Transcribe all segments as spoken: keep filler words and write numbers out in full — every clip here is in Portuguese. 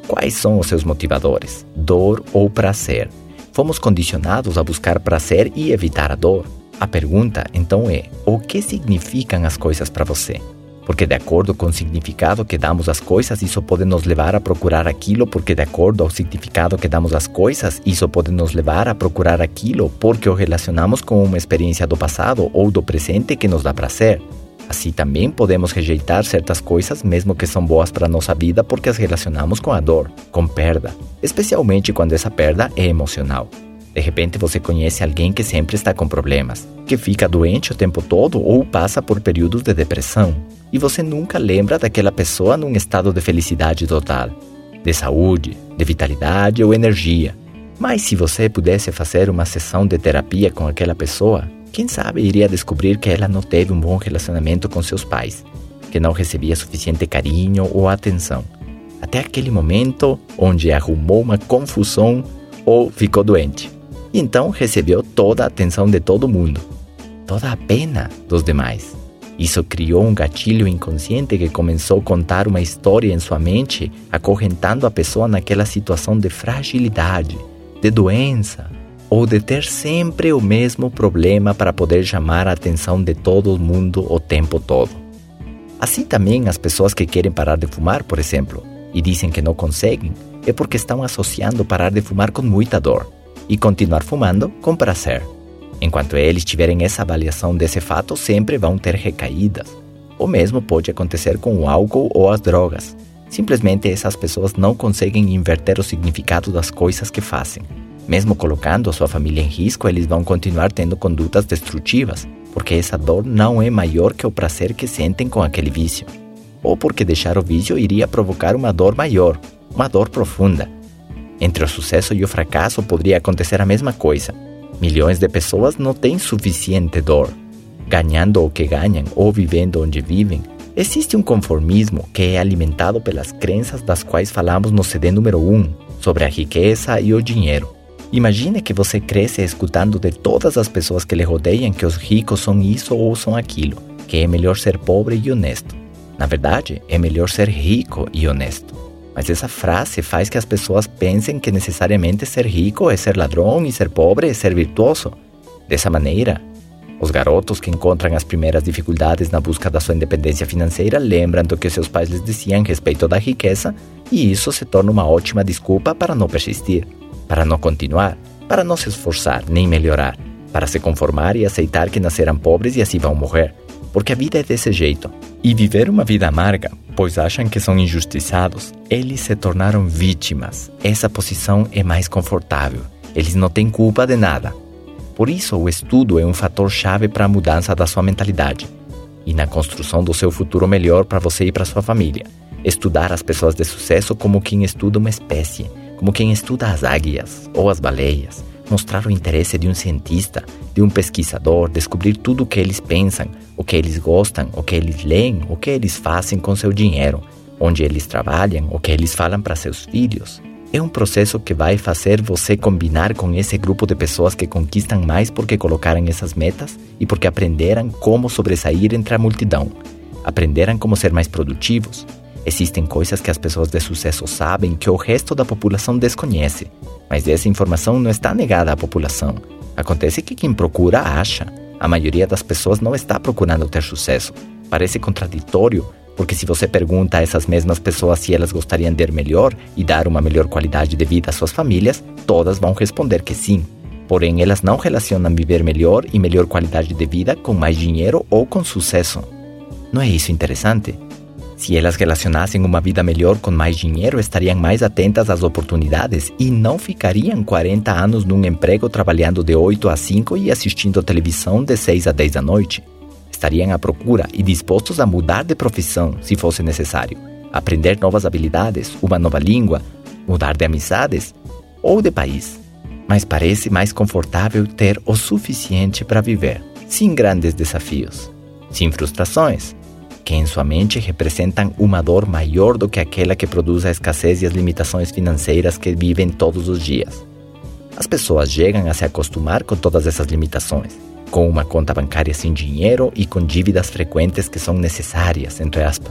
Quais são os seus motivadores? Dor ou prazer? Fomos condicionados a buscar prazer e evitar a dor. A pergunta, então, é: o que significam as coisas para você? Porque de acordo com o significado que damos às coisas, isso pode nos levar a procurar aquilo, porque de acordo ao significado que damos às coisas, isso pode nos levar a procurar aquilo, porque o relacionamos com uma experiência do passado ou do presente que nos dá prazer. Assim também podemos rejeitar certas coisas, mesmo que são boas para a nossa vida, porque as relacionamos com a dor, com perda, especialmente quando essa perda é emocional. De repente você conhece alguém que sempre está com problemas, que fica doente o tempo todo ou passa por períodos de depressão, e você nunca lembra daquela pessoa num estado de felicidade total, de saúde, de vitalidade ou energia. Mas se você pudesse fazer uma sessão de terapia com aquela pessoa, quem sabe iria descobrir que ela não teve um bom relacionamento com seus pais, que não recebia suficiente carinho ou atenção, até aquele momento onde arrumou uma confusão ou ficou doente. E então recebeu toda a atenção de todo mundo, toda a pena dos demais. Isso criou um gatilho inconsciente que começou a contar uma história em sua mente, acorrentando a pessoa naquela situação de fragilidade, de doença, ou de ter sempre o mesmo problema para poder chamar a atenção de todo mundo o tempo todo. Assim também as pessoas que querem parar de fumar, por exemplo, e dizem que não conseguem, é porque estão associando parar de fumar com muita dor e continuar fumando com prazer. Enquanto eles tiverem essa avaliação desse fato, sempre vão ter recaídas. O mesmo pode acontecer com o álcool ou as drogas. Simplesmente essas pessoas não conseguem inverter o significado das coisas que fazem. Mesmo colocando a sua família em risco, eles vão continuar tendo condutas destrutivas, porque essa dor não é maior que o prazer que sentem com aquele vício. Ou porque deixar o vício iria provocar uma dor maior, uma dor profunda. Entre o sucesso e o fracasso poderia acontecer a mesma coisa. Milhões de pessoas não têm suficiente dor, ganhando o que ganham ou vivendo onde vivem. Existe um conformismo que é alimentado pelas crenças das quais falamos no C D número um, sobre a riqueza e o dinheiro. Imagine que você cresce escutando de todas as pessoas que lhe rodeiam que os ricos são isso ou são aquilo, que é melhor ser pobre e honesto. Na verdade, é melhor ser rico e honesto. Mas essa frase faz que as pessoas pensem que necessariamente ser rico é ser ladrão e ser pobre é ser virtuoso. Dessa maneira, os garotos que encontram as primeiras dificuldades na busca da sua independência financeira lembram do que seus pais lhes diziam a respeito da riqueza, e isso se torna uma ótima desculpa para não persistir, para não continuar, para não se esforçar nem melhorar, para se conformar e aceitar que nasceram pobres e assim vão morrer. Porque a vida é desse jeito. E viver uma vida amarga, pois acham que são injustiçados, eles se tornaram vítimas. Essa posição é mais confortável. Eles não têm culpa de nada. Por isso, o estudo é um fator-chave para a mudança da sua mentalidade e na construção do seu futuro melhor para você e para sua família. Estudar as pessoas de sucesso como quem estuda uma espécie, como quem estuda as águias ou as baleias. Mostrar o interesse de um cientista, de um pesquisador, descobrir tudo o que eles pensam, o que eles gostam, o que eles leem, o que eles fazem com seu dinheiro, onde eles trabalham, o que eles falam para seus filhos. É um processo que vai fazer você combinar com esse grupo de pessoas que conquistam mais porque colocaram essas metas e porque aprenderam como sobressair entre a multidão. Aprenderam como ser mais produtivos. Existem coisas que as pessoas de sucesso sabem que o resto da população desconhece, mas essa informação não está negada à população. Acontece que quem procura acha. A maioria das pessoas não está procurando ter sucesso. Parece contraditório, porque se você pergunta a essas mesmas pessoas se elas gostariam de ir melhor e dar uma melhor qualidade de vida às suas famílias, todas vão responder que sim. Porém, elas não relacionam viver melhor e melhor qualidade de vida com mais dinheiro ou com sucesso. Não é isso interessante? Se elas relacionassem uma vida melhor com mais dinheiro, estariam mais atentas às oportunidades e não ficariam quarenta anos num emprego trabalhando de oito às cinco e assistindo televisão de seis a dez da noite. Estariam à procura e dispostos a mudar de profissão, se fosse necessário, aprender novas habilidades, uma nova língua, mudar de amizades ou de país. Mas parece mais confortável ter o suficiente para viver, sem grandes desafios, sem frustrações, que em sua mente representam uma dor maior do que aquela que produz a escassez e as limitações financeiras que vivem todos os dias. As pessoas chegam a se acostumar com todas essas limitações, com uma conta bancária sem dinheiro e com dívidas frequentes que são necessárias, entre aspas,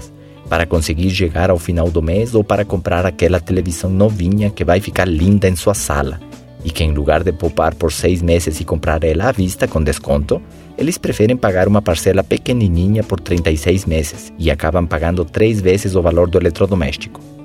para conseguir chegar ao final do mês ou para comprar aquela televisão novinha que vai ficar linda em sua sala. E que em lugar de poupar por seis meses e comprar ela à vista com desconto, eles preferem pagar uma parcela pequenininha por trinta e seis meses e acabam pagando três vezes o valor do eletrodoméstico.